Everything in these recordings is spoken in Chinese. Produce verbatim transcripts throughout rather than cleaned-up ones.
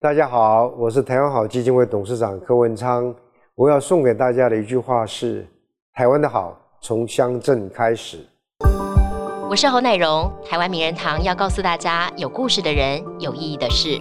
大家好，我是台湾好基金会董事长柯文昌。我要送给大家的一句话是：台湾的好从乡镇开始。 我是侯乃荣，台湾名人堂要告诉大家有故事的人，有意义的事。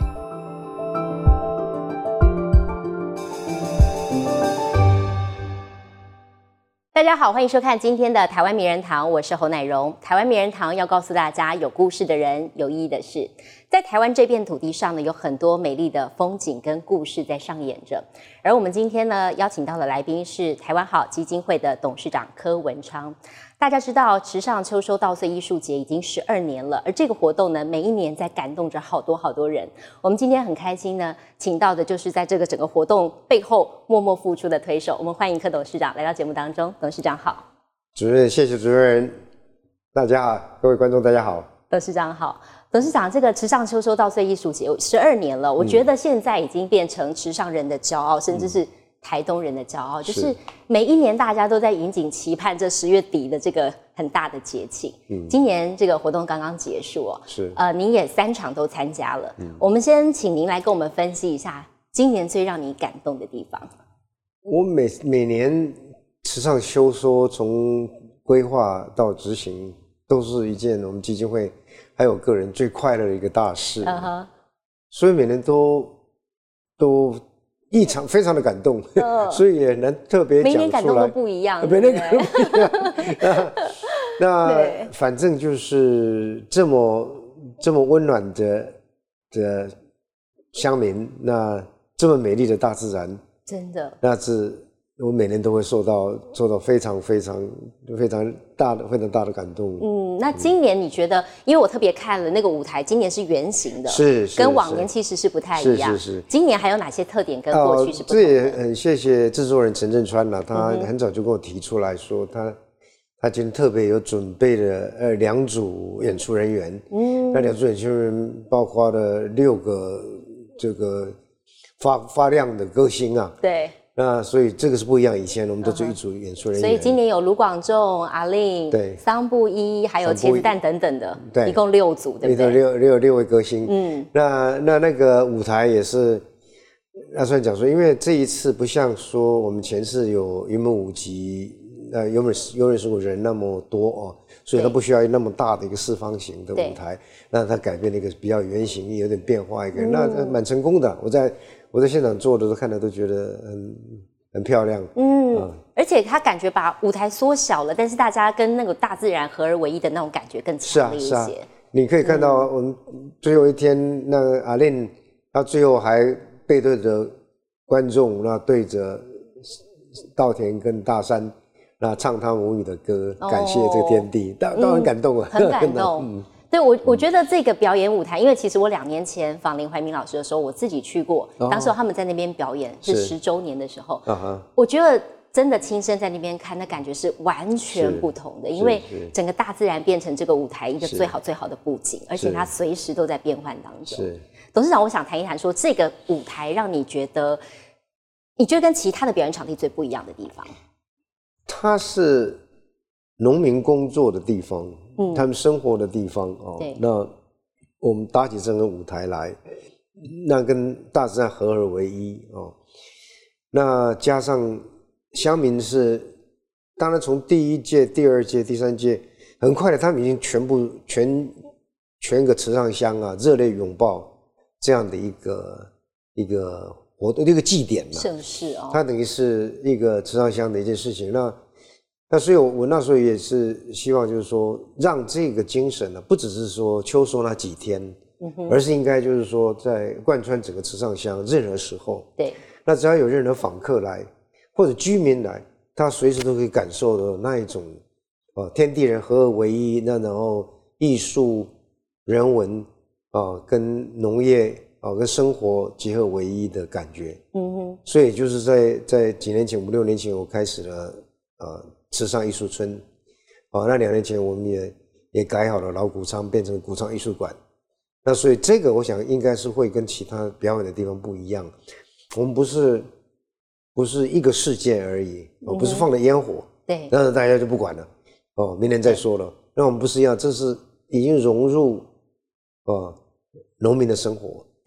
大家好，欢迎收看今天的台湾名人堂，我是侯乃荣。台湾名人堂要告诉大家有故事的人，有意义的事。在台湾这片土地上呢，有很多美丽的风景跟故事在上演着。而我们今天呢，邀请到的来宾是台湾好基金会的董事长柯文昌。大家知道，池上秋收稻穗艺术节已经十二年了，而这个活动呢，每一年在感动着好多好多人。我们今天很开心呢，请到的就是在这个整个活动背后默默付出的推手。我们欢迎柯董事长来到节目当中。董事长好。 主任，谢谢主任。大家好，各位观众大家好。 董事长好。董事长，这个池上秋收稻穗艺术节有十二年了，我觉得现在已经变成池上人的骄傲，嗯、甚至是台东人的骄傲，就是每一年大家都在引颈期盼这十月底的这个很大的节庆。嗯，今年这个活动刚刚结束哦， 是呃，您也三场都参加了。嗯，我们先请您来跟我们分析一下今年最让你感动的地方。 我每每年池上秋收从规划到执行，都是一件我们基金会还有个人最快乐的一个大事。嗯哼，所以每年都都。异常非常的感动，呃、所以也能特别讲出来。每年感动都不一样， 每年感动不一样。那, 那反正就是这么这么温暖的的乡民，那这么美丽的大自然， 真的， 那是我每年都会受到受到非常非常非常大的非常大的感动。 嗯，那今年你觉得？因为我特别看了那个舞台，今年是圆形的， 是是跟往年其实是不太一样。 是是是。 今年还有哪些特点跟过去是不同的？ 呃、这也很谢谢制作人陈振川了、啊，他很早就跟我提出来说，他他今天特别有准备了呃两组演出人员，嗯，那两组演出人员包括了六个这个发发亮的歌星啊， 对。 那所以这个是不一样，以前我们都只一组演出人员， 所以今年有卢广仲、阿令、 对、 桑布依，还有茄子蛋等等的， 对， 一共六组，对不对？ 六六六位歌星，嗯，那那那个舞台也是，那虽然讲说，因为这一次不像说我们前次有云门舞集，呃，有本有本十五人那么多哦，所以它不需要那么大的一个四方形的舞台，那它改变了一个比较圆形，有点变化一个，嗯、那蛮成功的，我在。我在现场做的都看了都觉得很很漂亮， 嗯，嗯而且他感觉把舞台缩小了，但是大家跟那个大自然合而为一的那种感觉更强烈一些。是啊，是啊， 你可以看到我们最后一天，嗯、那个阿令他最后还背对着观众，那对着稻田跟大山，那唱他母语的歌，哦、感谢这个天地，当当然感动了， 嗯、很感动。嗯对我，我觉得这个表演舞台，因为其实我两年前访林怀民老师的时候，我自己去过，哦、当时他们在那边表演是十周年的时候，我觉得真的亲身在那边看，那感觉是完全不同的，因为整个大自然变成这个舞台一个最好最好的布景，而且它随时都在变换当中。是，董事长，我想谈一谈说这个舞台让你觉得，你觉得跟其他的表演场地最不一样的地方？ 它是农民工作的地方。嗯、他们生活的地方哦，那我们搭起整个舞台来，那跟大自然合而为一哦。那加上乡民是，当然从第一届、第二届、第三届，很快的，他们已经全部全全个池上乡啊，热烈拥抱这样的一个一个活动，一个祭典嘛， 盛事哦。 它等于是一个池上乡的一件事情。那那所以我，我那时候也是希望，就是说，让这个精神呢，不只是说秋收那几天，嗯、而是应该就是说，在贯穿整个池上乡，任何时候， 对， 那只要有任何访客来或者居民来，他随时都可以感受到那一种，啊，天地人合而为一，那然后艺术、人文啊，跟农业啊，跟生活结合为一的感觉。嗯哼，所以就是在在几年前，五六年前，我开始了啊。池上艺术村，哦，那两年前我们也也改好了老谷仓，变成谷仓艺术馆。那所以这个我想应该是会跟其他表演的地方不一样。我们不是不是一个事件而已，哦，不是放了烟火， 对， 那大家就不管了，哦，明年再说了。那我们不是一样，这是已经融入哦农民的生活，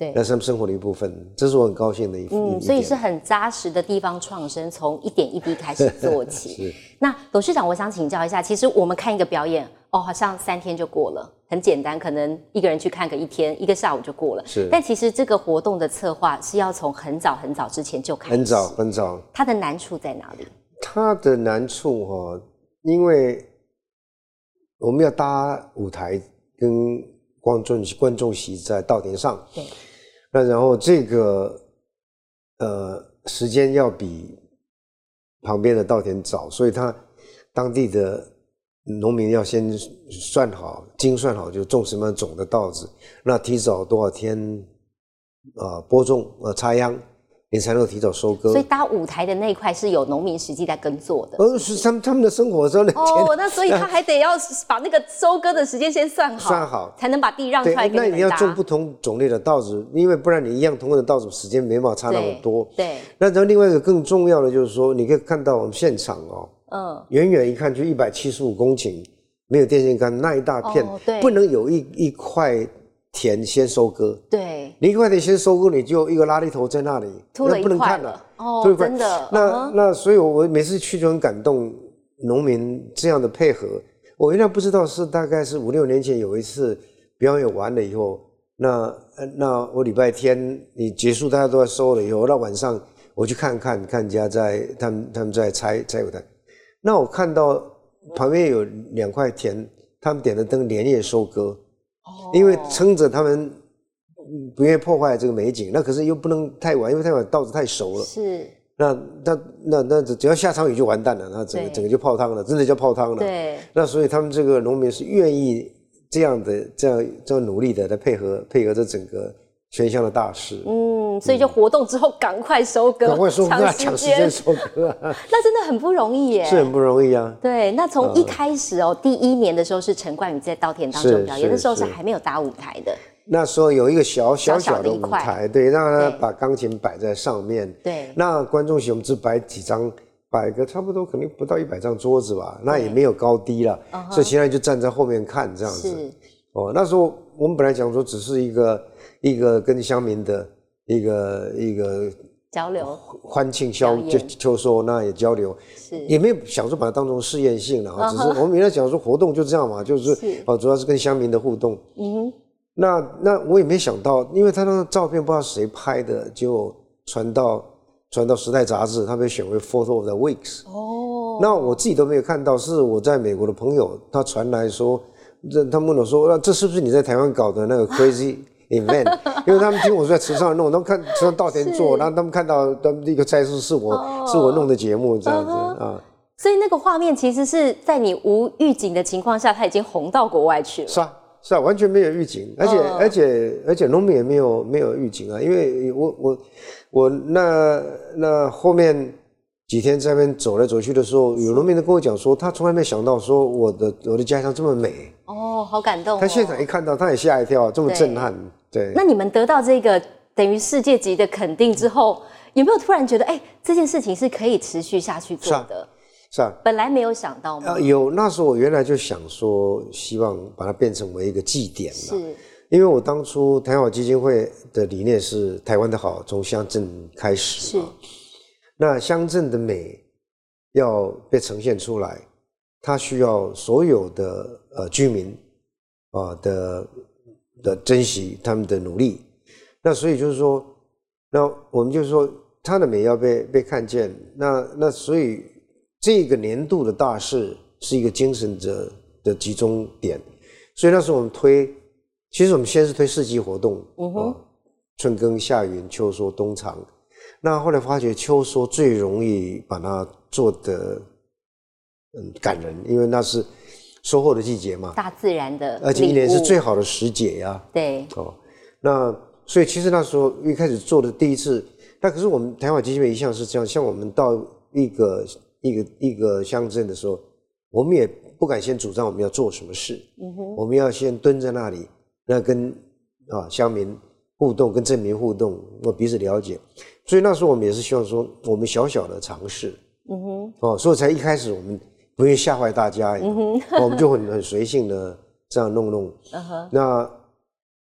对， 那是他们生活的一部分，这是我很高兴的一嗯，所以是很扎实的地方创生，从一点一滴开始做起。 是。 那董事长，我想请教一下，其实我们看一个表演，哦，好像三天就过了，很简单，可能一个人去看个一天，一个下午就过了。 是。 但其实这个活动的策划是要从很早很早之前就开始， 很早很早。 它的难处在哪里？ 它的难处哈、哦，因为我们要搭舞台跟观众观众席在稻田上， 对。 那然后这个呃时间要比旁边的稻田早，所以他当地的农民要先算好精算好，就种什么种的稻子，那提早多少天啊、呃、播种呃插秧，你才能够提早收割。 所以搭舞台的那一块是有农民实际在耕作的。 呃，是他们他们的生活中的哦，那所以他还得要把那个收割的时间先算好， 算好， 才能把地让出来给你们搭。 那你要种不同种类的稻子，因为不然你一样同样的稻子时间没办法差那么多。 对。对那然后另外一个更重要的就是说，你可以看到我们现场哦，嗯，远远一看就一百七十五公顷，没有电线杆那一大片， 哦、对， 不能有一一块田先收割。 对， 你一块田先收割，你就一个垃圾头在那里， 秃了一块了， 那不能看了。 哦，真的。 那、 uh-huh. 那所以，我每次去就很感动，农民这样的配合。我原来不知道是大概是五六年前有一次表演完了以后，那那我礼拜天你结束大家都在收了以后，那晚上我去看看看人家在他们他们在拆拆舞台，那我看到旁边有两块田，他们点的灯连夜收割，哦，因为撑着他们不愿意破坏这个美景，那可是又不能太晚，因为太晚稻子太熟了。 是。 那那那那只要下场雨就完蛋了，那整个整个就泡汤了，真的叫泡汤了。 对。 那所以他们这个农民是愿意这样的这样这样努力的来配合配合这整个全乡的大事。 嗯，所以就活动之后赶快收割， 赶快收割，抢时间收割、啊。 那真的很不容易耶。 是很不容易啊。 对，那从一开始哦，呃、第一年的时候是陈冠宇在稻田当中表演，那时候是还没有搭舞台的。 那时候有一个小小小的舞台， 小小对，让他把钢琴摆在上面。 对， 那观众席我们只摆几张，摆个差不多肯定不到一百张桌子吧，那也没有高低了， uh-huh. 所以其他人就站在后面看这样子。是哦，那时候我们本来讲说只是一个一个跟乡民的一个一个交流、 欢庆秋秋收，那也交流，是也没有想说把它当成试验性了啊， uh-huh. 只是我们原来讲说活动就这样嘛，就是哦，主要是跟乡民的互动。嗯哼。那那我也没想到，因为他那个照片不知道谁拍的，就传到传到《时代》杂志，他被选为 Photo of the Weeks。哦，那我自己都没有看到，是我在美国的朋友他传来说，这他们问我说，那这是不是你在台湾搞的那个 crazy event？ 因为他们听我说在池上弄，他们看池上稻田做，然后他们看到他们一个菜式是我、哦、是我弄的节目这样子、uh-huh. 啊。 所以那个画面其实是在你无预警的情况下，他已经红到国外去了。 是啊。是啊，完全没有预警，而且、uh. 而且而且农民也没有没有预警啊，因为我我我那那后面几天在那边走来走去的时候，有农民都跟我讲说，他从来没想到说我的我的家乡这么美哦，好感动、哦。 他现场一看到，他也吓一跳，这么震撼。对。 对那你们得到这个等于世界级的肯定之后，有没有突然觉得，哎，这件事情是可以持续下去做的？ 是啊， 本来没有想到吗？ 呃、有，那时候我原来就想说，希望把它变成为一个祭典了。 是， 因为我当初台湾好基金会的理念是台湾的好从乡镇开始嘛。是。那乡镇的美要被呈现出来，它需要所有的呃居民啊、呃、的的珍惜他们的努力。那所以就是说，那我们就是说，它的美要被被看见。那那所以。这个年度的大事是一个精神的的集中点，所以那时候我们推，其实我们先是推四季活动，嗯哼、啊，春耕、夏耘、秋收、冬藏。那后来发觉秋收最容易把它做得嗯感人，因为那是收获的季节嘛， 大自然的， 而且一年是最好的时节呀、啊。 对， 哦，那所以其实那时候一开始做的第一次，那可是我们台湾基金会一向是这样，像我们到一个。一个一个乡镇的时候，我们也不敢先主张我们要做什么事，嗯哼，我们要先蹲在那里，那跟啊乡民互动，跟镇民互动，我彼此了解。所以那时候我们也是希望说，我们小小的尝试，嗯哼，哦，所以才一开始我们不愿意吓坏大家，嗯哼，我们就很很随性的这样弄弄，嗯哼，那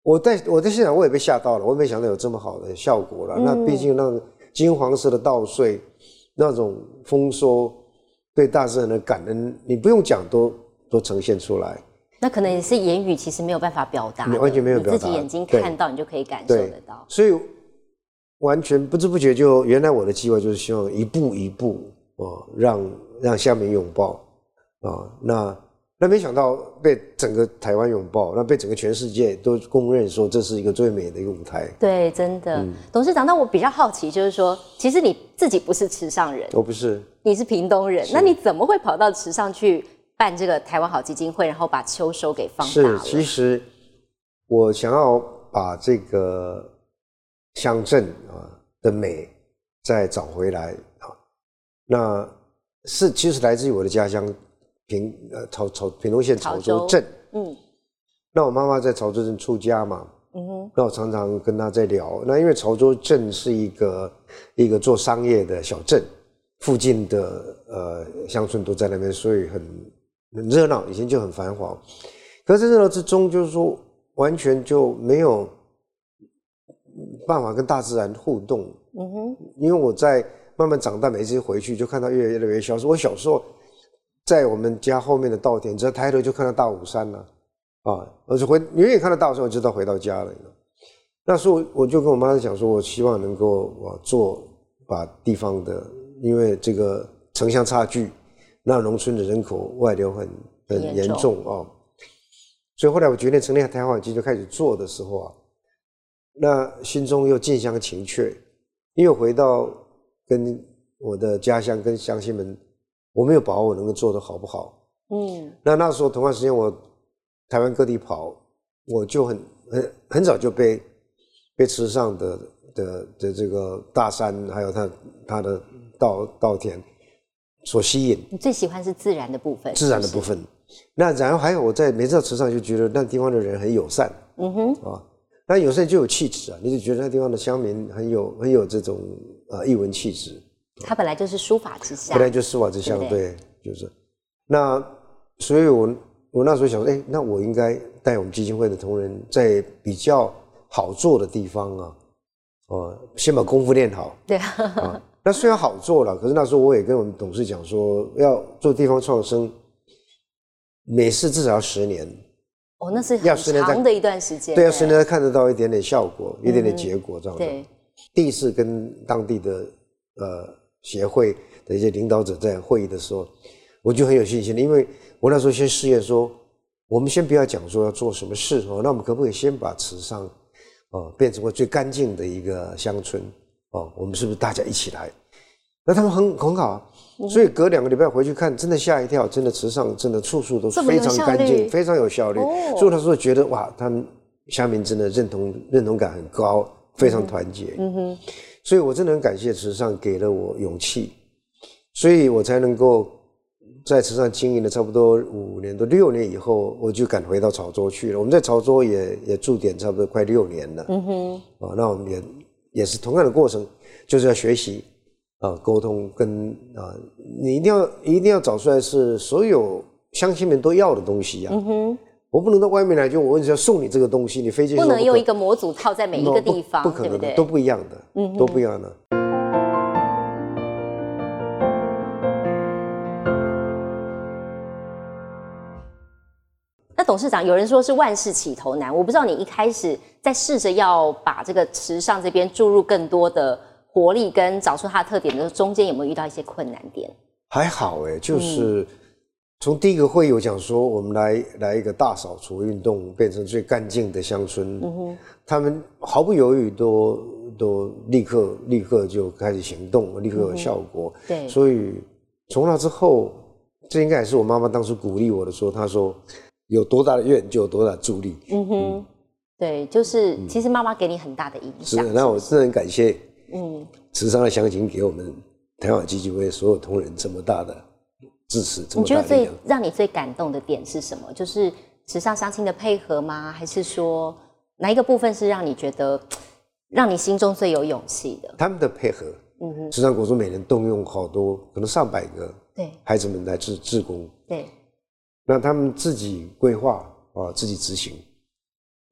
我在我在现场我也被吓到了，我没想到有这么好的效果了。嗯、那毕竟那金黄色的稻穗，那种丰收，对大自然的感恩，你不用讲都都呈现出来。 那可能也是言语其实没有办法表达， 你完全没有表达， 你自己眼睛看到，你就可以感受得到。 所以完全不知不觉就，原来我的计划就是希望一步一步哦，让让乡民拥抱啊、哦，那那没想到被整个台湾拥抱，那被整个全世界都公认说这是一个最美的一个舞台。 对，真的，嗯、董事长，那我比较好奇，就是说，其实你自己不是池上人， 我不是， 你是屏东人，那你怎么会跑到池上去办这个台湾好基金会，然后把秋收给放大了？ 是，其实我想要把这个乡镇啊的美再找回来啊，那是其实来自于我的家乡屏呃潮潮屏东县潮州镇。嗯，那我妈妈在潮州镇出家嘛，嗯哼，那我常常跟她在聊。那因为潮州镇是一个一个做商业的小镇，附近的呃乡村都在那边，所以很很热闹，以前就很繁华。可是热闹之中，就是说完全就没有办法跟大自然互动。嗯哼，因为我在慢慢长大，每次回去就看到越来越消失。我小时候在我们家后面的稻田，只要抬头就看到大武山了，啊，而且回远远看到大武山，我就知道回到家了。那时候我就跟我妈讲说，我希望能够我做把地方的，因为这个城乡差距，那农村的人口外流很很严重啊，所以后来我决定成立台湾好基金就开始做的时候啊，那心中又近乡情怯，因为我回到跟我的家乡跟乡亲们，我没有把握能够做得好不好。嗯，那那时候同样时间我台湾各地跑，我就很很很早就被被池上的的的这个大山，还有它它的稻稻田所吸引。 你最喜欢是自然的部分， 自然的部分。那然后还有我在每次到池上就觉得那地方的人很友善。嗯哼，啊，那有时候就有气质啊，你就觉得那地方的乡民很有很有这种呃艺文气质。 它本来就是书法之乡， 本来就是书法之乡，对，对，就是那，所以我我那时候想说，哎，那我应该带我们基金会的同仁在比较好做的地方啊，哦，先把功夫练好。 对啊， 那虽然好做了，可是那时候我也跟我们董事讲说，要做地方创生，每次至少要十年。 哦，那是很长的一段时间。 对，要十年才看得到一点点效果，一点点结果这样子。 对， 第一次跟当地的呃协会的一些领导者在会议的时候，我就很有信心，因为我那时候先试验说，我们先不要讲说要做什么事哦，那我们可不可以先把池上哦变成为最干净的一个乡村哦？我们是不是大家一起来？那他们很很好啊，所以隔两个礼拜回去看，真的吓一跳，真的池上真的处处都非常干净，非常有效率。哦、所以那时候觉得哇，他们乡民真的认同认同感很高，非常团结。嗯哼。所以我真的很感谢池上给了我勇气，所以我才能够在池上经营了差不多五年多六年以后，我就赶回到潮州去了。我们在潮州也也驻点差不多快六年了。嗯哼，啊，那我们也也是同样的过程，就是要学习啊，沟通跟啊，你一定要一定要找出来是所有乡亲们都要的东西啊。嗯哼。我不能到外面来，就我问要送你这个东西，你飞机不能用一个模组套在每一个地方， 不可能的， 对不对？ 都不一样的，嗯，都不一样的。 那董事长，有人说是万事起头难，我不知道你一开始在试着要把这个池上这边注入更多的活力，跟找出它的特点的时候，中间有没有遇到一些困难点？ 还好哎、欸，就是。嗯从第一个会议我讲说，我们来来一个大扫除运动，变成最干净的乡村。嗯哼，他们毫不犹豫都都立刻立刻就开始行动，立刻有效果。嗯、对，所以从那之后，这应该也是我妈妈当初鼓励我的说，她说有多大的愿就有多大的助力。 嗯哼，嗯对，就是其实妈妈给你很大的影响。 是，那我真的很感谢，嗯，池上的乡亲给我们台湾基金会所有同仁这么大的。支持这么大的力量。 你觉得最让你最感动的点是什么？就是池上乡亲的配合吗？还是说哪一个部分是让你觉得让你心中最有勇气的？ 他们的配合，嗯哼，池上国中每年动用好多，可能上百个对孩子们来志志工，对，那他们自己规划啊，自己执行，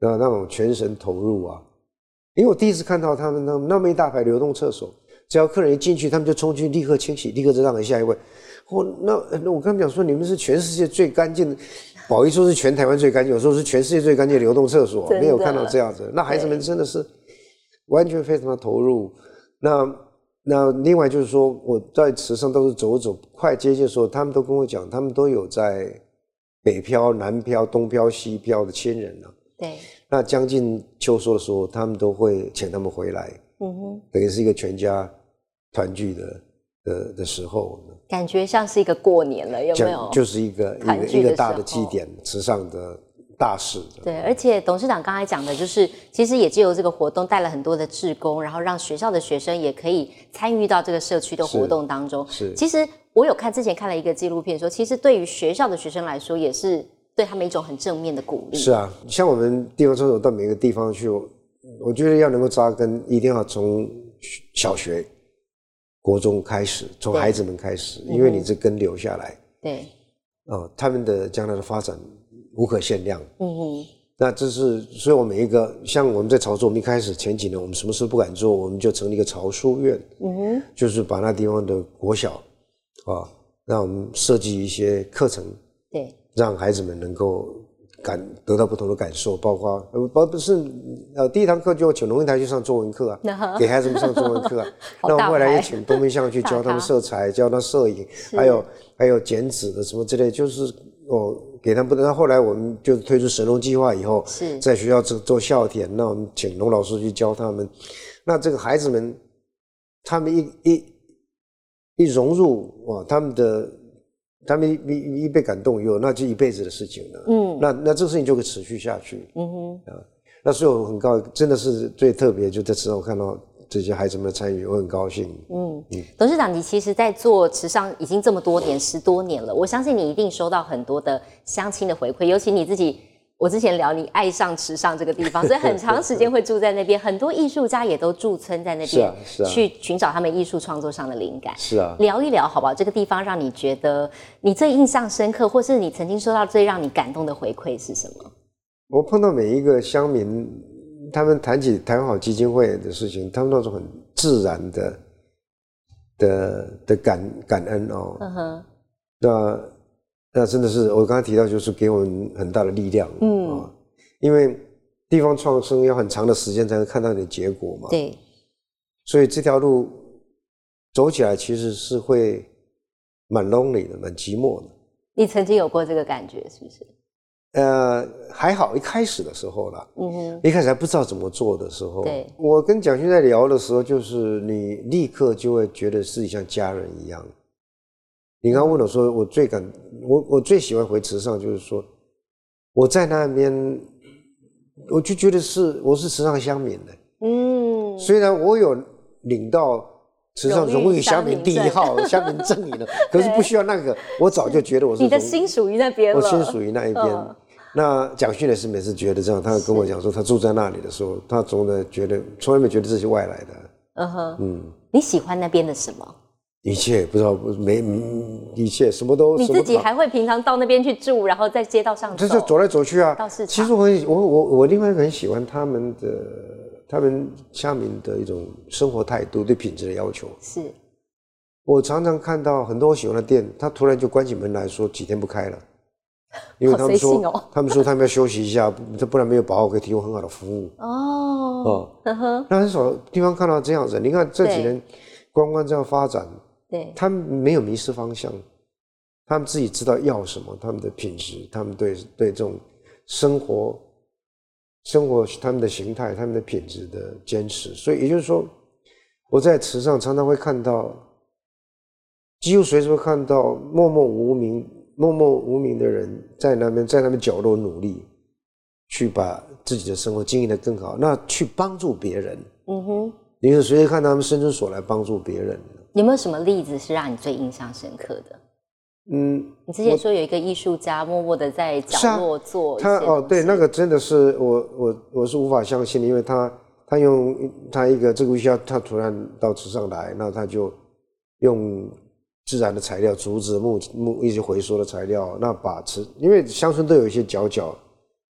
那那种全神投入啊。因为我第一次看到他们那那么一大排流动厕所，只要客人一进去，他们就冲进去立刻清洗，立刻就让给下一位。我那那我跟他们讲说，你们是全世界最干净的，不好意思说是全台湾最干净，有时候是全世界最干净的流动厕所，没有看到这样子。那孩子们真的是完全非常的投入。那那另外就是说，我在池上都是走走，快接近的时候，他们都跟我讲，他们都有在北漂、南漂、东漂、西漂的亲人啊。 对。 那将近秋收的时候，他们都会请他们回来，嗯哼，等于是一个全家团聚的的的时候， 感觉像是一个过年了，有没有？ 就是一个一个一个大的祭典，池上的大事。 对，而且董事长刚才讲的就是，其实也借由这个活动带了很多的志工，然后让学校的学生也可以参与到这个社区的活动当中。 是，是其实我有看之前看了一个纪录片说，其实对于学校的学生来说，也是对他们一种很正面的鼓励。 是啊，像我们地方厕所到每个地方去，我觉得要能够扎根，一定要从小学、国中开始，从孩子们开始，因为你这根留下来， 对， 哦，他们的将来的发展无可限量。 嗯哼， 那这是，所以我每一个像我们在潮州，我们一开始前几年我们什么事不敢做，我们就成立一个潮书院，嗯哼，就是把那地方的国小啊，让我们设计一些课程，对。让孩子们能够感得到不同的感受，包括呃不是呃第一堂课就请龙应台去上中文课啊，给孩子们上中文课啊。那我们未来也请东明相去教他们色彩，教他摄影，还有还有剪纸的什么之类，就是哦给他们不能。后来我们就推出神农计划以后，是在学校做做校田，那我们请龙老师去教他们。那这个孩子们，他们一一一融入哇，他们的。他们一一被感动以后，那就一辈子的事情了。嗯，那那这个事情就会持续下去。嗯哼，啊，那所以我很高，真的是最特别，就在池上我看到这些孩子们的参与，我很高兴。嗯嗯， 董事长，你其实在做池上已经这么多年，十多年了，我相信你一定收到很多的乡亲的回馈，尤其你自己。我之前聊你爱上池上这个地方，所以很长时间会住在那边，很多艺术家也都驻村在那边，是啊是啊，去寻找他们艺术创作上的灵感。 是啊， 聊一聊好不好？这个地方让你觉得你最印象深刻，或是你曾经收到最让你感动的回馈是什么？ 我碰到每一个乡民，他们谈起台湾好基金会的事情，他们那种很自然的的的感感恩哦。嗯哼，那。那真的是我刚才提到，就是给我们很大的力量，嗯啊，因为地方创生要很长的时间才能看到你的结果嘛， 对， 所以这条路走起来其实是会蛮 lonely 的，蛮寂寞的。 你曾经有过这个感觉是不是？ 呃，还好，一开始的时候啦，嗯哼，一开始还不知道怎么做的时候，对，我跟蒋勋在聊的时候，就是你立刻就会觉得自己像家人一样。你刚刚问我说，我最感我我最喜欢回池上，就是说我在那边，我就觉得是我是池上乡民的。嗯，虽然我有领到池上荣誉乡民第一号乡民证明了，可是不需要那个，我早就觉得我是你的心属于那边了， 我心属于那一边。嗯、那蒋勋也是每次觉得这样，他跟我讲说，他住在那里的时候，他总的觉得从来没觉得这是外来的。 嗯哼，嗯，你喜欢那边的什么？ 一切不知道没一切什么都你自己还会平常到那边去住，然后在街道上走， 就是走来走去啊。 到市场。 其实我我我我另外一个很喜欢他们的他们乡民的一种生活态度，对品质的要求。 是， 我常常看到很多我喜欢的店，他突然就关起门来说几天不开了，因为他们说、哦、他们说他们要休息一下，不然没有把握可以提供很好的服务。哦哦，呵呵，那很少地方看到这样子。你看这几年观光这样发展。对，他们没有迷失方向，他们自己知道要什么，他们的品质，他们对对这种生活、生活他们的形态、他们的品质的坚持。所以也就是说，我在池上常常会看到，几乎随时会看到默默无名、默默无名的人在那边，在那边角落努力，去把自己的生活经营得更好，那去帮助别人。嗯哼，你是随时看他们伸出手来帮助别人。 有没有什么例子是让你最印象深刻的？嗯，你之前说有一个艺术家默默的在角落做一些、啊、 他哦，对，那个真的是我我我是无法相信的，因为他他用他一个这个艺术家，他突然到池上来，那他就用自然的材料，竹子、木木一些回收的材料，那把池，因为乡村都有一些角角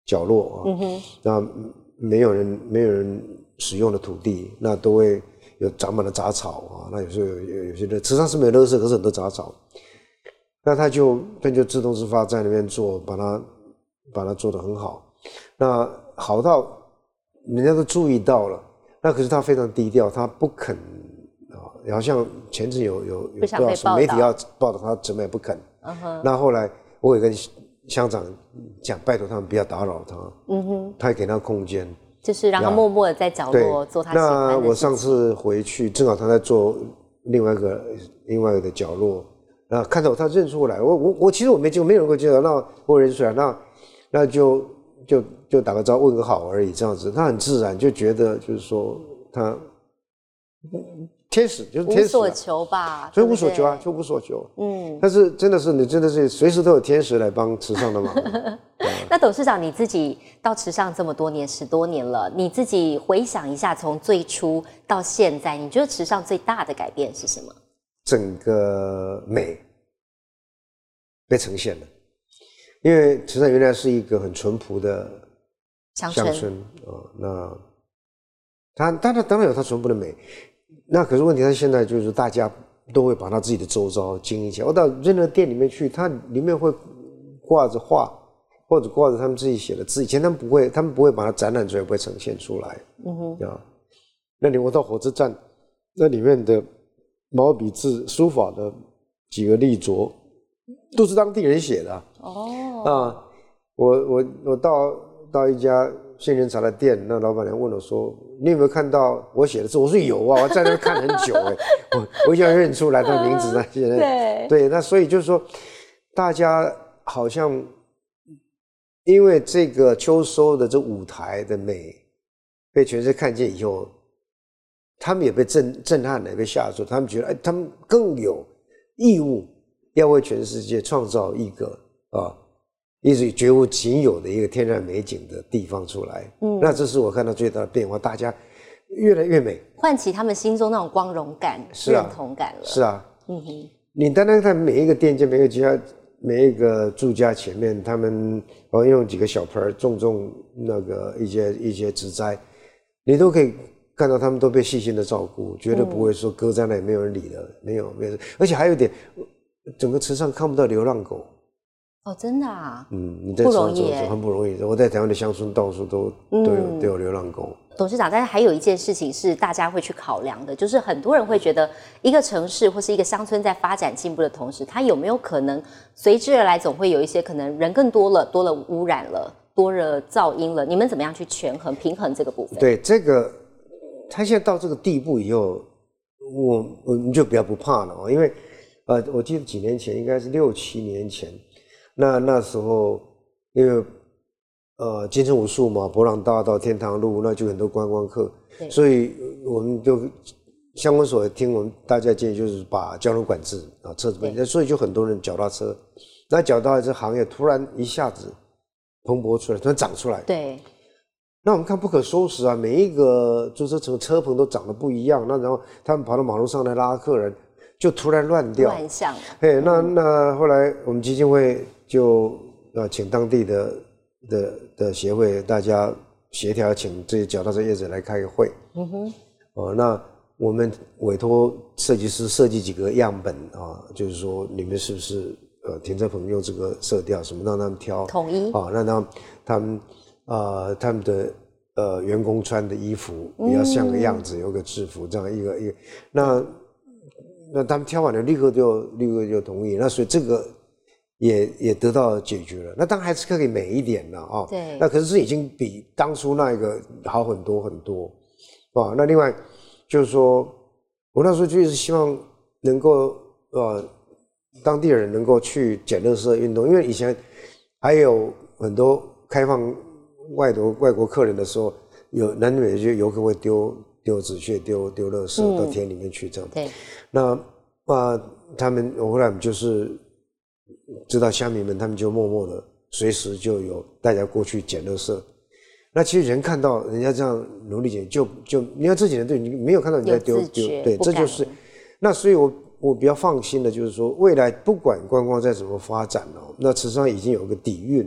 角落啊，嗯哼，那没有人没有人使用的土地，那都会有长满了杂草啊，那有时候有有有些的池上是没有垃圾，可是很多杂草，那他就他就自动自发在那边做，把它把它做得很好，那好到人家都注意到了，那可是他非常低调，他不肯啊，好像前阵有有有不知道什么媒体要报道他，怎么也不肯，嗯哼，那后来我也跟乡长讲，拜托他们不要打扰他，嗯哼，他也给他空间。 就是让他默默的在角落做他喜欢的事情。 那我上次回去，正好他在做另外一个另外一个角落，那看到他认出来，我我我其实我没见过，没有人会见到，那我认出来，那那就就就打个招呼问个好而已，这样子，他很自然就觉得就是说他天使就是天使、啊， 无所求吧， 所以无所求啊，就无所求。嗯，但是真的是你真的是随时都有天使来帮池上的忙。 那董事长你自己到池上这么多年，十多年了，你自己回想一下，从最初到现在，你觉得池上最大的改变是什么？ 整个美被呈现了，因为池上原来是一个很淳朴的乡村啊、哦，那它当然当然有它淳朴的美。那可是问题，他现在就是大家都会把他自己的周遭经营起来。我到任何店里面去，它里面会挂着画，或者挂着他们自己写的字。以前他们不会，他们不会把它展览出来，不会呈现出来。嗯哼，啊，那你我到火车站，那里面的毛笔字书法的几个立着，都是当地人写的。哦，啊，我我我到到一家杏仁茶的店，那老板娘问我说：“你有没有看到我写的字？”我说：“有啊，我在那边看很久哎、欸，我我已经认出来他的名字那些人。对对，那所以就是说，大家好像因为这个秋收的这舞台的美被全世界看见以后，他们也被震震撼了，也被吓住。他们觉得，哎，他们更有义务要为全世界创造一个啊。”一直绝无仅有的一个天然美景的地方出来，嗯，那这是我看到最大的变化，大家越来越美， 唤起他们心中那种光荣感、是啊、认同感了。 是啊，嗯哼，你单单看每一个店家、每一个家、每一个住家前面，他们哦用几个小盆种种那个一些一些植栽，你都可以看到他们都被细心的照顾，绝对不会说搁在那里没有人理的，没有没有，而且还有一点，整个池上看不到流浪狗。 哦，真的啊， 嗯，你在池上走走很不容易。我在台湾的乡村到处都都有、嗯、都有流浪狗。 董事长，但是还有一件事情是大家会去考量的，就是很多人会觉得一个城市或是一个乡村在发展进步的同时，它有没有可能随之而来总会有一些可能人更多了，多了污染了，多了噪音了？你们怎么样去权衡平衡这个部分？ 对，这个他现在到这个地步以后，我我们就比较不怕了哦，因为呃，我记得几年前，应该是六七年前。那那时候，因为呃金城武树嘛，博朗大道、天堂路，那就很多观光客，所以我们就乡公所听我们大家建议，就是把交通管制啊车子分，所以就很多人脚踏车，那脚踏车行业突然一下子蓬勃出来，突然长出来， 对。 那我们看不可收拾啊，每一个租车城车棚都长得不一样，那然后他们跑到马路上来拉客人，就突然乱掉， 乱象。 嘿，那那后来我们基金会。就呃请当地的的的协会大家协调，请这些脚踏车业者来开个会。嗯哼。哦，那我们委托设计师设计几个样本啊，就是说你们是不是呃停车棚用这个色调什么让他们挑统一啊，让他们他们啊他们的呃员工穿的衣服也要像个样子，嗯、有个制服这样一个一个，那那他们挑完了立刻就立刻就同意，那所以这个。也也得到解决了，那当然还是可以美一点了啊、哦。 对。 那可是这已经比当初那一个好很多很多啊。那另外就是说，我那时候就是希望能够呃当地人能够去捡垃圾运动，因为以前还有很多开放外国外国客人的时候，有南美就游客会丢丢纸屑、丢丢垃圾到田里面去这样。 嗯、对。 那啊、呃，他们后来我们就是。知道乡民们，他们就默默的，随时就有大家过去捡垃圾。那其实人看到人家这样努力捡，就就你看这几年对你没有看到你在丢丢，对，这就是。那所以我我比较放心的就是说，未来不管观光再怎么发展哦，那池上已经有个底蕴哦，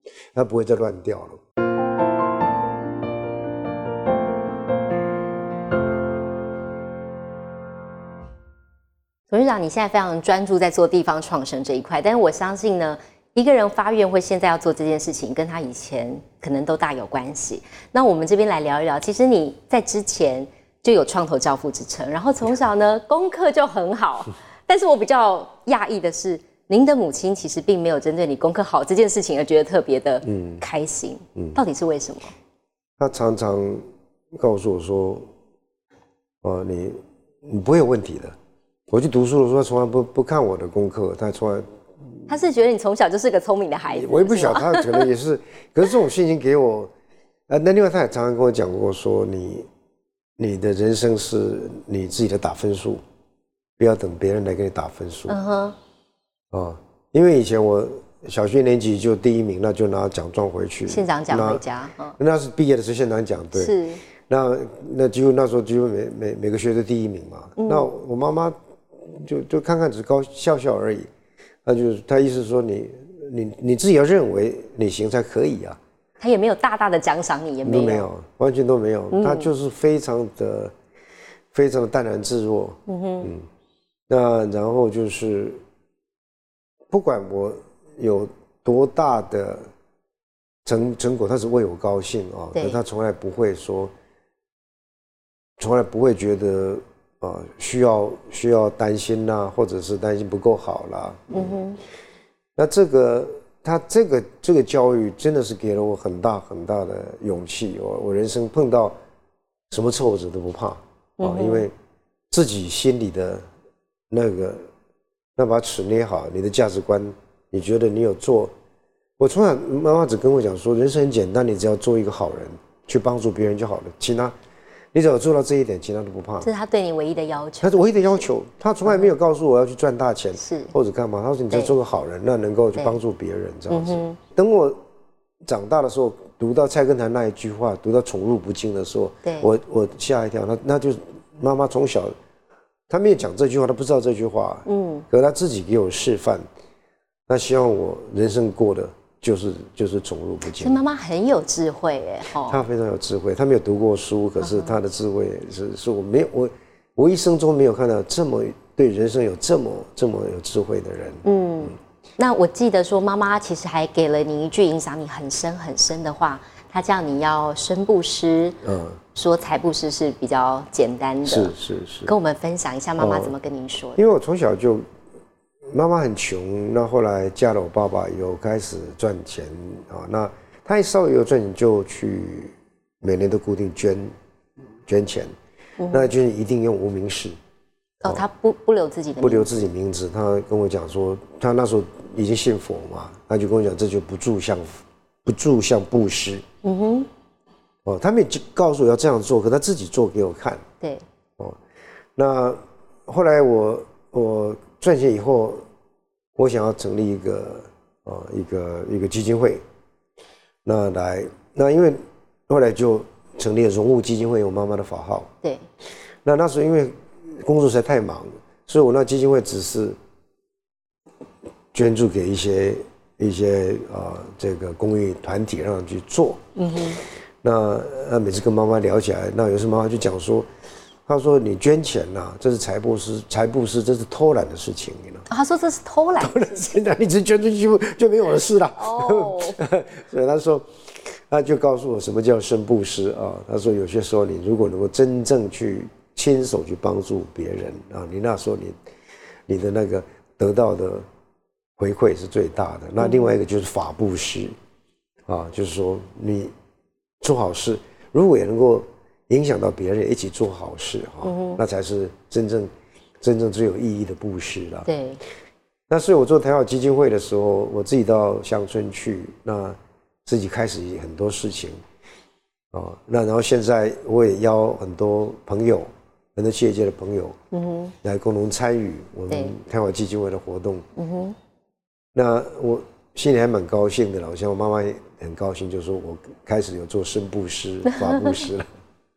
它不会再乱掉了。 董事长，你现在非常专注在做地方创生这一块，但是我相信呢，一个人发愿会现在要做这件事情，跟他以前可能都大有关系。那我们这边来聊一聊，其实你在之前就有创投教父之称，然后从小呢功课就很好，但是我比较讶异的是，您的母亲其实并没有针对你功课好这件事情而觉得特别的开心，嗯嗯、到底是为什么？ 她常常告诉我说：“哦，你你不会有问题的。”我去读书的时候，他从来不不看我的功课，他从来。 他是觉得你从小就是个聪明的孩子。 我也不晓得，他可能也是，可是这种信心给我。呃，那另外他也常常跟我讲过说，你你的人生是你自己的打分数，不要等别人来给你打分数。嗯哼。哦，因为以前我小学年级就第一名，那就拿奖状回去， 县长奖回家。嗯。 那是毕业的时候县长奖，对。 是。 那那几乎那时候几乎每每每个学都第一名嘛。嗯、那我妈妈。就就看看只高笑笑而已，他就是他意思说你你你自己要认为你行才可以啊。 他也没有大大的奖赏你，也没有， 都没有，完全都没有。嗯、他就是非常的非常的淡然自若。嗯哼，嗯，那然后就是不管我有多大的成成果，他只为我高兴啊。可他从来不会说，从来不会觉得。啊，需要需要担心啦、啊，或者是担心不够好啦。嗯哼，那这个他这个这个教育真的是给了我很大很大的勇气。我我人生碰到什么挫折都不怕啊，嗯、因为自己心里的那个那把尺捏好，你的价值观，你觉得你有做。我从小妈妈只跟我讲说，人生很简单，你只要做一个好人，去帮助别人就好了，其他。你只要做到这一点，其他都不怕。 这是他对你唯一的要求。 他是唯一的要求，他从来没有告诉我要去赚大钱， 是或者干嘛。他说你只要做个好人，那能够去帮助别人这样子。嗯、等我长大的时候，读到菜根谭那一句话，读到宠辱不惊的时候，我我吓一跳。那那就是妈妈从小，她没有讲这句话，她不知道这句话。嗯，可是她自己给我示范，她希望我人生过得。就是就是宠辱不惊。 妈妈很有智慧哎，哦， 她非常有智慧，她没有读过书，可是她的智慧是是我没有我我一生中没有看到这么对人生有这么这么有智慧的人。嗯， 那我记得说妈妈其实还给了你一句影响你很深很深的话，她叫你要生布施，嗯，说财布施是比较简单的， 是是是， 跟我们分享一下妈妈怎么跟您说的。 因为我从小就。妈妈很穷，那后来嫁了我爸爸以后开始赚钱啊。那她一稍微有赚钱，就去每年都固定捐捐钱，嗯、那捐一定用无名氏。 哦，他不不留自己的名字， 不留自己名字。他跟我讲说，他那时候已经信佛嘛，他就跟我讲，这就不住相不住相布施。嗯哼。哦，他没告诉我要这样做，可他自己做给我看。 对。 哦，那后来我我。赚钱以后，我想要成立一个啊、呃、一个一个基金会，那来那因为后来就成立了荣物基金会，我妈妈的法号。 对。 那那时候因为工作实在太忙，所以我那基金会只是捐助给一些一些啊、呃、这个公益团体让他们去做。嗯哼。那那每次跟妈妈聊起来，那有时候妈妈就讲说。他说：“你捐钱呐、啊，这是财布施，财布施这是偷懒的事情，你知道、 哦？”他说：“这是偷懒。”偷懒， 现在你只捐出去就没我的事了。哦，所以他说，他就告诉我什么叫生布施啊？他说有些时候你如果能够真正去亲手去帮助别人啊，你那时候你你的那个得到的回馈是最大的。那另外一个就是法布施啊，就是说你做好事，如果也能够。影响到别人，一起做好事哈、嗯，那才是真正真正最有意义的布施了。 对。 那所以我做台好基金会的时候，我自己到乡村去，那自己开始很多事情啊。那然后现在我也邀很多朋友，很多企业界的朋友，嗯哼，来共同参与我们台好基金会的活动。嗯哼。那我心里还蛮高兴的了，好像我妈妈也很高兴，就说我开始有做生布施、法布施了。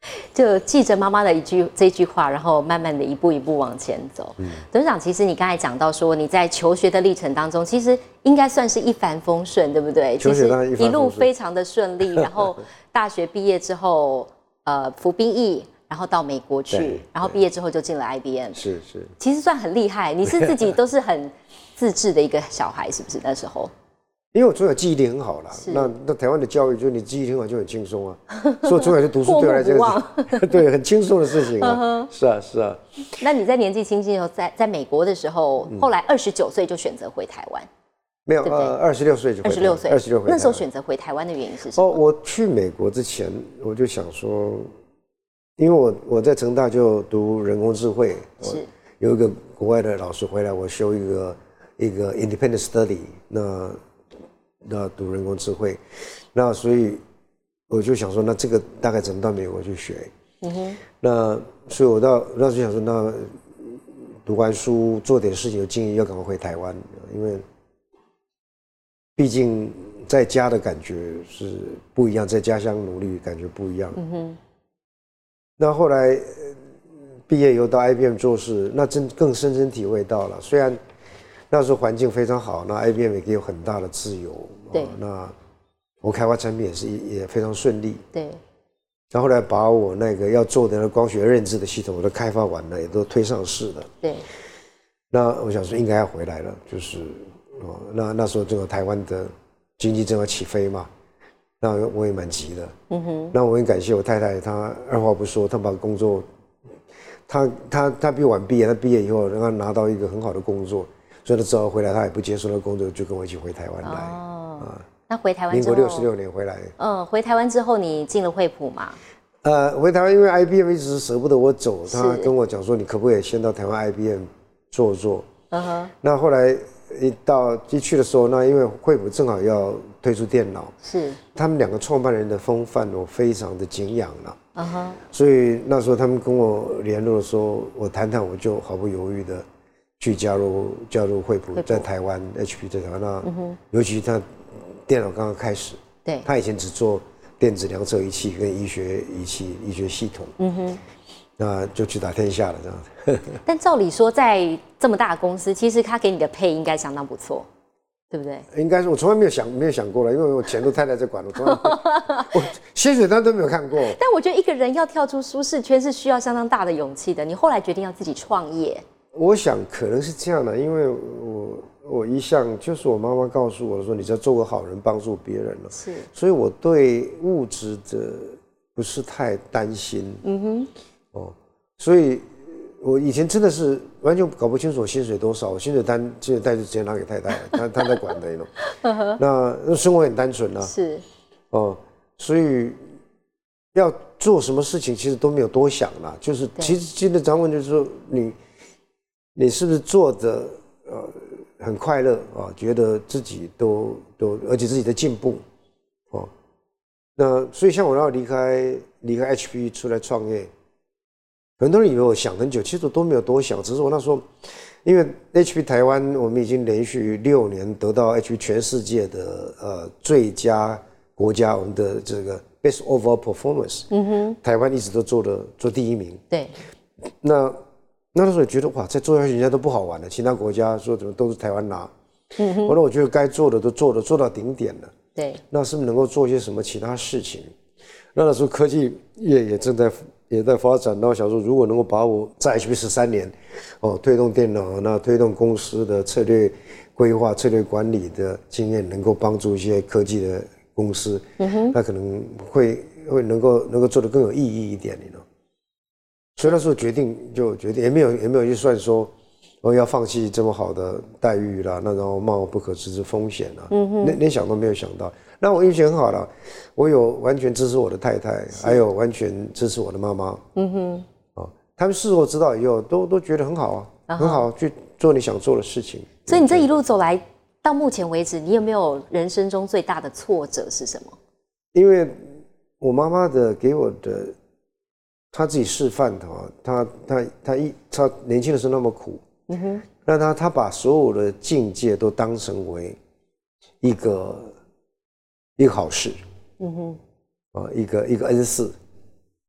就记着妈妈的一句这句话，然后慢慢的一步一步往前走。嗯，董事长，其实你刚才讲到说你在求学的历程当中，其实应该算是一帆风顺，对不对？ 求学当然一帆风顺， 一路非常的顺利。然后大学毕业之后，呃，服兵役，然后到美国去，然后毕业之后就进了 I B M。 是是， 其实算很厉害。你是自己都是很自制的一个小孩，是不是那时候？ 因为我从小记忆力很好啦，那那台湾的教育就是你记忆力很好就很轻松啊，所以我从小就读书对我来讲，对很轻松的事情啊，是啊是啊。 那你在年纪轻轻的时候，在在美国的时候，后来二十九岁就选择回台湾， 没有呃二十六岁就二十六岁， 二十六那时候选择回台湾的原因是什么？ 哦，我去美国之前我就想说，因为我我在成大就读人工智慧， 是有一个国外的老师回来，我修一个一个 independent study 那。那读人工智慧，那所以我就想说，那这个大概只能到美国去学。嗯哼。那所以我到那时候想说，那读完书做点事情有经验，要赶快回台湾，因为毕竟在家的感觉是不一样，在家乡努力感觉不一样。嗯哼。那后来毕业以后到 I B M 做事，那真更深深体会到了，虽然。那时候环境非常好，那 I B M 也给我很大的自由。 对， 哦、那我开发产品也是也非常顺利。 对， 然后后来把我那个要做的那个光学认知的系统，我都开发完了，也都推上市了。 对， 那我想说应该要回来了，就是哦，那那时候正好台湾的经济正好起飞嘛，那我也蛮急的。嗯哼，那我很感谢我太太，她二话不说，她把工作，她她她比我晚毕业，她毕业以后让她拿到一个很好的工作。所以他只好回来，他也不接受那个工作，就跟我一起回台湾来。哦， 啊，那回台湾之后， 民国六十六年回来。 嗯，回台湾之后，你进了惠普嘛？ 呃，回台湾，因为 I B M 一直舍不得我走，他跟我讲说，你可不可以先到台湾 I B M 做做？嗯哼。那后来一到一去的时候，那因为惠普正好要推出电脑， 是他们两个创办人的风范，我非常的敬仰了。嗯哼。 所以那时候他们跟我联络的时候，我谈谈，我就毫不犹豫的。去加入加入惠普，在台湾 H P 在台湾，那、嗯、尤其他电脑刚刚开始， 对， 他以前只做电子量测仪器跟医学仪器、医学系统，嗯哼，那就去打天下了这样。 但照理说，在这么大的公司，其实他给你的配应该相当不错，对不对？ 应该是我从来没有想没有想过了，因为我钱都太太在管，我从来我薪水单都没有看过。 但我觉得一个人要跳出舒适圈是需要相当大的勇气的。你后来决定要自己创业。 我想可能是这样的，因为我我一向就是我妈妈告诉我说，你只要做个好人，帮助别人了， 是， 所以我对物质的不是太担心，嗯哼，哦，所以我以前真的是完全搞不清楚我薪水多少，我薪水单薪水单就直接拿给太太，她她在管的，你懂，那那生活很单纯啊， 是， 哦，所以要做什么事情其实都没有多想啦，就是其实基本上问就是说你。你是不是做的呃很快乐啊？觉得自己都都，而且自己在进步，哦，那所以像我要离开离开 H P 出来创业，很多人以为我想很久，其实我都没有多想，只是我那时候，因为 H P 台湾我们已经连续六年得到 H P 全世界的呃最佳国家，我们的这个 Best Overall Performance，嗯哼，台湾一直都做的做第一名， 对， 那。那时候也觉得哇，再做下去人家都不好玩了，其他国家说怎么都是台湾拿。嗯哼。后来我觉得该做的都做了，做到顶点了。 对。 那是不是能够做一些什么其他事情？那那时候科技业也正在也在发展。那我想说，如果能够把我在 H P 十三年，哦，推动电脑，那推动公司的策略规划、策略管理的经验，能够帮助一些科技的公司，嗯哼，那可能会会能够能够做得更有意义一点，你知道。所以那时候决定就决定，也没有也没有去算说，我要放弃这么好的待遇啦，那然后冒不可知之风险啦，嗯哼，连连想都没有想到。那我运气很好了，我有完全支持我的太太，还有完全支持我的妈妈，嗯哼，啊，他们事后知道以后，都都觉得很好啊， uh-huh. 很好，去做你想做的事情。 所以你这一路走来，到目前为止，你有没有人生中最大的挫折是什么？ 因为我妈妈的给我的。他自己示范的啊，他他他一他年轻的时候那么苦，嗯哼，那他他把所有的境界都当成为一个一个好事，嗯哼，啊，一个一个恩赐，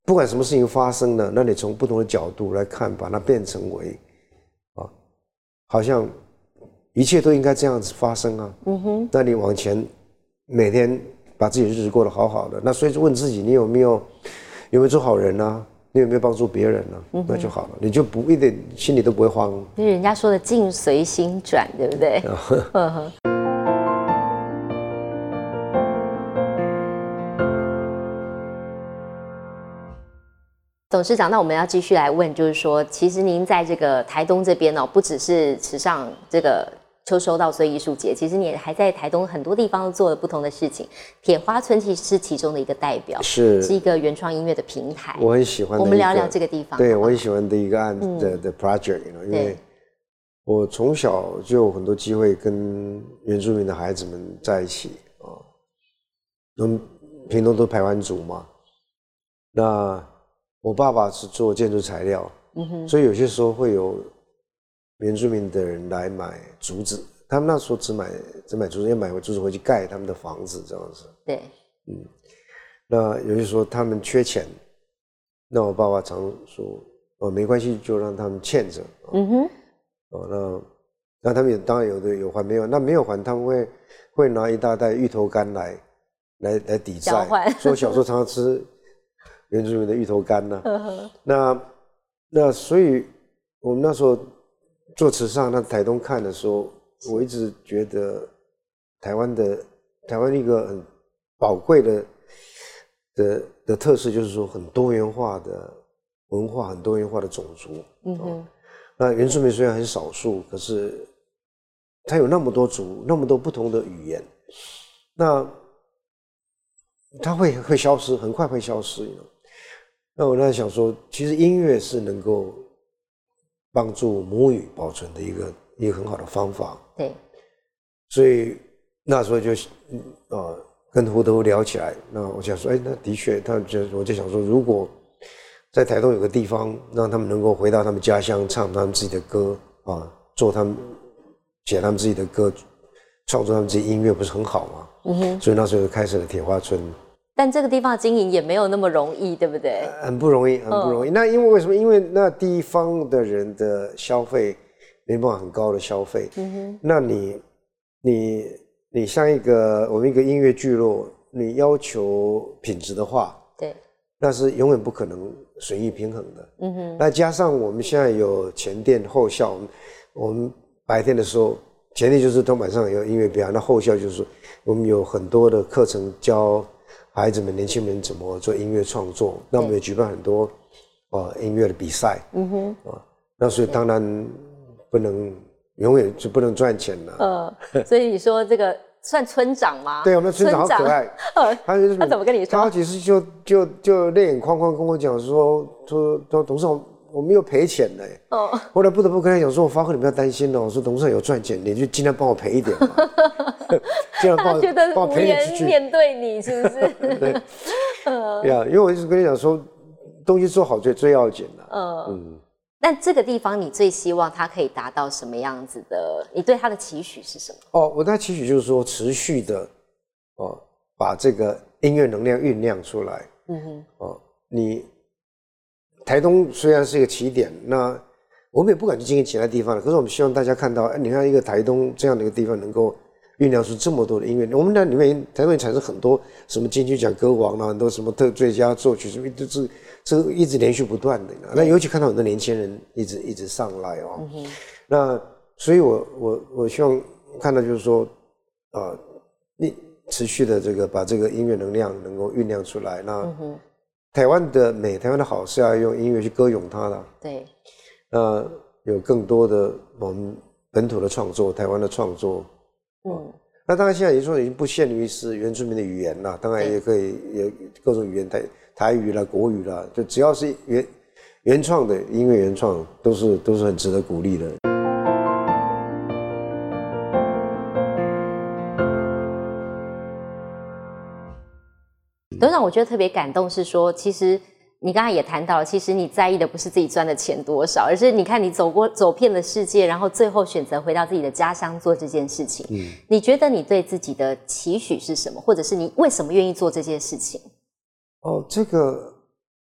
不管什么事情发生了，那你从不同的角度来看，把它变成为啊，好像一切都应该这样子发生啊。嗯哼，那你往前每天把自己的日子过得好好的，那所以问自己，你有没有有没有做好人啊？你有没有帮助别人呢、啊？那就好了，你就不一点心里都不会慌。 就是人家说的境随心转，对不对？董事长，那我们要继续来问，就是说，其实您在这个台东这边哦，不只是池上这个秋收稻穗艺术节，其实你还在台东很多地方做了不同的事情。铁花村其实是其中的一个代表， 是是一个原创音乐的平台。 我很喜欢的。 我们聊聊这个地方。 对，我很喜欢的一个案子的、嗯、的 project， 因为我从小就有很多机会跟原住民的孩子们在一起啊。我们屏东都排湾族嘛，那我爸爸是做建筑材料，嗯哼，所以有些时候会有原住民的人来买竹子，他们那时候只买只买竹子，要买回竹子回去盖他们的房子这样子。 对， 嗯，那有些时候他们缺钱，那我爸爸常说，哦，没关系，就让他们欠着。嗯哼，哦，那那他们也当然有的有还没有，那没有还，他们会会拿一大袋芋头干来来来抵债。所以我小时候常常吃原住民的芋头干呢、啊。那那所以我们那时候做池上，那台东看的时候，我一直觉得台湾的台湾一个很宝贵的的的特色，就是说很多元化的文化，很多元化的种族。嗯哼、哦。那原住民虽然很少数，可是它有那么多族，那么多不同的语言，那它会会消失，很快会消失。那我那想说，其实音乐是能够帮助母语保存的一个一个很好的方法。 对， 所以那时候就呃跟胡德夫聊起来，那我想说，哎，那的确，他就我就想说，如果在台东有个地方，让他们能够回到他们家乡，唱他们自己的歌啊，做他们写他们自己的歌，创作他们自己音乐，不是很好吗？嗯哼。所以那时候就开始了铁花村。 但这个地方的经营也没有那么容易，对不对？ 呃、很不容易，很不容易。嗯、那因为为什么？因为那地方的人的消费没办法很高的消费。嗯哼。那你你你像一个我们一个音乐聚落，你要求品质的话， 对， 那是永远不可能损益平衡的。嗯哼。那加上我们现在有前店后校，我们我们白天的时候，前店就是到晚上有音乐表演，那后校就是我们有很多的课程教孩子们、年轻人怎么做音乐创作，那我们也举办很多呃音乐的比赛，嗯哼，啊，那所以当然不能永远就不能赚钱了， 呃，所以你说这个算村长吗？ 对，我们村长好可爱， 他就是他怎么跟你说？ 他其实就就就泪眼眶眶跟我讲说说说董事长，我们又赔钱了，哦，后来不得不跟他讲说，我发挥你不要担心哦，我说董事长有赚钱，你就尽量帮我赔一点嘛。 他觉得无颜面对你，是不是？ 对，对啊，因为我一直跟你讲说，东西做好最最要紧了。嗯嗯。 那这个地方你最希望它可以达到什么样子的？你对它的期许是什么？ 哦，我的期许就是说，持续的哦，把这个音乐能量酝酿出来。嗯哼。哦，你台东虽然是一个起点，那我们也不敢去经营其他地方了。可是我们希望大家看到，哎，你看一个台东这样的一个地方能够酝酿出这么多的音乐，我们那里面台湾产生很多什么金曲奖歌王啊，很多什么特最佳作曲什么，就是这个一直连续不断的。那尤其看到很多年轻人一直一直上来哦，嗯、那所以我我我希望看到就是说，啊，你持续的这个把这个音乐能量能够酝酿出来。那、嗯、台湾的美，台湾的好是要用音乐去歌咏它的。 对， 那有更多的我们本土的创作，台湾的创作。嗯，那当然现在已经说已经不限于是原住民的语言啦，当然也可以有各种语言，台台语啦、国语啦，就只要是原原创的音乐原创，都是都是很值得鼓励的。 董事长，我觉得特别感动是说，其实你刚才也谈到了，其实你在意的不是自己赚的钱多少，而是你看你走过走遍了世界，然后最后选择回到自己的家乡做这件事情。嗯，你觉得你对自己的期许是什么，或者是你为什么愿意做这件事情？ 哦，这个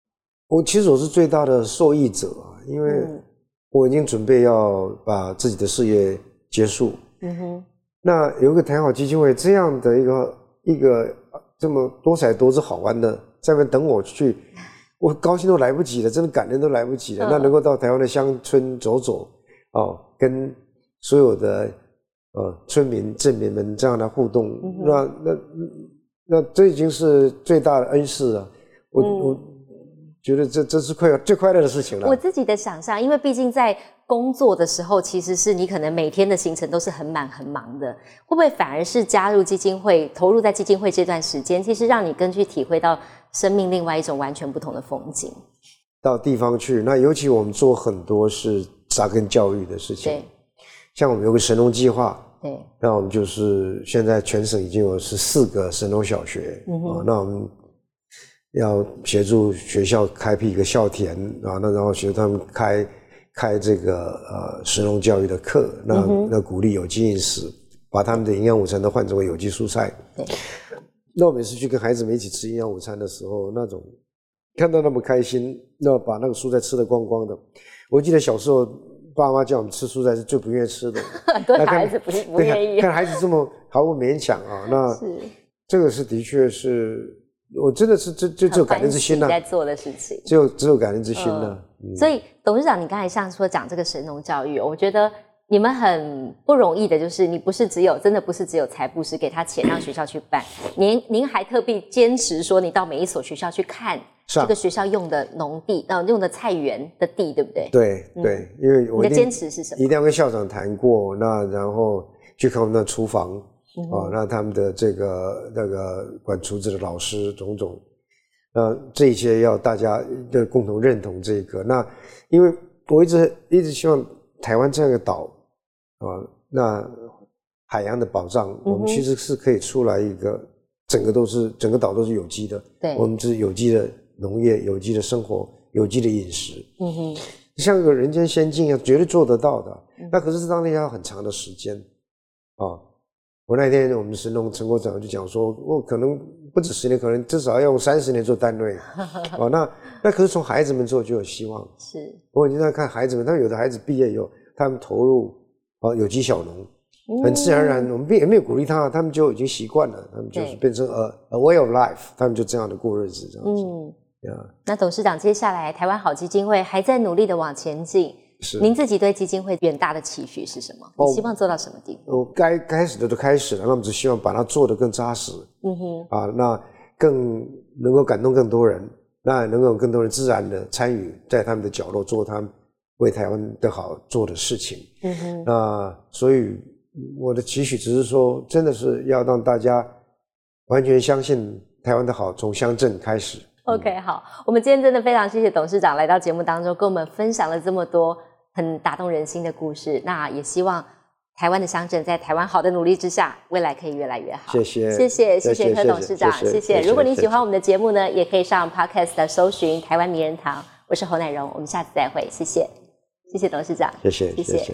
我其实我是最大的受益者啊，因为我已经准备要把自己的事业结束。嗯哼，那有一个台好基金会这样的一个一个这么多彩多姿好玩的，在那边等我去，我高兴都来不及了，真的感恩都来不及了。嗯、那能够到台湾的乡村走走，哦，跟所有的呃村民镇民们这样的互动，嗯、那那那这已经是最大的恩赐了。我、嗯、我觉得这这是快最快乐的事情了。 我自己的想象，因为毕竟在工作的时候，其实是你可能每天的行程都是很满很忙的，会不会反而是加入基金会，投入在基金会这段时间，其实让你更去体会到生命另外一种完全不同的风景？ 到地方去，那尤其我们做很多是扎根教育的事情，对，像我们有个神农计划，对，那我们就是现在全省已经有十四个神农小学，嗯哼，啊，那我们要协助学校开辟一个校田啊，那然后协助他们开开这个呃食农教育的课，那、嗯、那鼓励有机饮食，把他们的营养午餐都换成为有机蔬菜。对，那我每次去跟孩子们一起吃营养午餐的时候，那种看到那么开心，那把那个蔬菜吃得光光的。我记得小时候爸妈叫我们吃蔬菜是最不愿意吃的， 很多孩子不不愿意。 看孩子这么毫不勉强啊，那是这个是的确是。我真的是这这只有感恩之心呐、啊， 在做的事情， 只有只有感恩之心呐、啊嗯。所以董事长，你刚才像说讲这个神农教育，我觉得你们很不容易的，就是你不是只有真的不是只有财布施给他钱让学校去办，您您还特别坚持说你到每一所学校去看这个学校用的农地，呃用的菜园的地，对不对？ 对对，嗯、因为我你的坚持是什么？ 一定要跟校长谈过，那然后去看我们的厨房。嗯、哦，那他们的这个那个管厨子的老师种种，呃，这一些要大家的共同认同这个。那因为我一直一直希望台湾这样一个岛啊、呃，那海洋的保障，嗯、我们其实是可以出来一个整个都是整个岛都是有机的，对，我们是有机的农业、有机的生活、有机的饮食，嗯哼，像一个人间仙境一样，绝对做得到的。嗯、那可是当然要很长的时间啊。哦我那天我们神农陈国长就讲说，我可能不止十年，可能至少要用三十年做单位。哦，那那可是从孩子们做就有希望。是，我已经在看孩子们，他们有的孩子毕业以后，他们投入哦有机小农，嗯、很自然而然，我们也没有鼓励他，他们就已经习惯了，他们就是变成 a a way of life， 他们就这样的过日子这样子。嗯， yeah. 那董事长接下来台湾好基金会还在努力的往前进。您自己对基金会远大的期许是什么？你希望做到什么地步？ 哦，该开始的都开始了，那我们只希望把它做得更扎实。嗯哼，啊，那更能够感动更多人，那能够有更多人自然的参与，在他们的角落做他们为台湾的好做的事情。嗯哼，那所以我的期许只是说，真的是要让大家完全相信台湾的好，从乡镇开始。 OK， 好，我们今天真的非常谢谢董事长来到节目当中，跟我们分享了这么多很打动人心的故事。那也希望台湾的乡镇在台湾好的努力之下，未来可以越来越好。 谢谢， 谢谢，谢谢柯董事长，谢谢。如果你喜欢我们的节目呢，也可以上 Podcast 搜寻台湾名人堂。我是侯乃荣，我们下次再会，谢谢，谢谢董事长， 谢谢， 谢谢。谢谢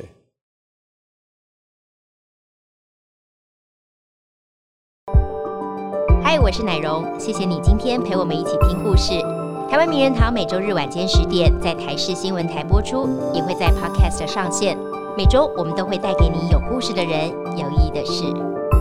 嗨，我是乃荣，谢谢你今天陪我们一起听故事。台湾名人堂每周日晚间十点在台视新闻台播出，也会在 Podcast 上线。每周我们都会带给你有故事的人，有意义的事。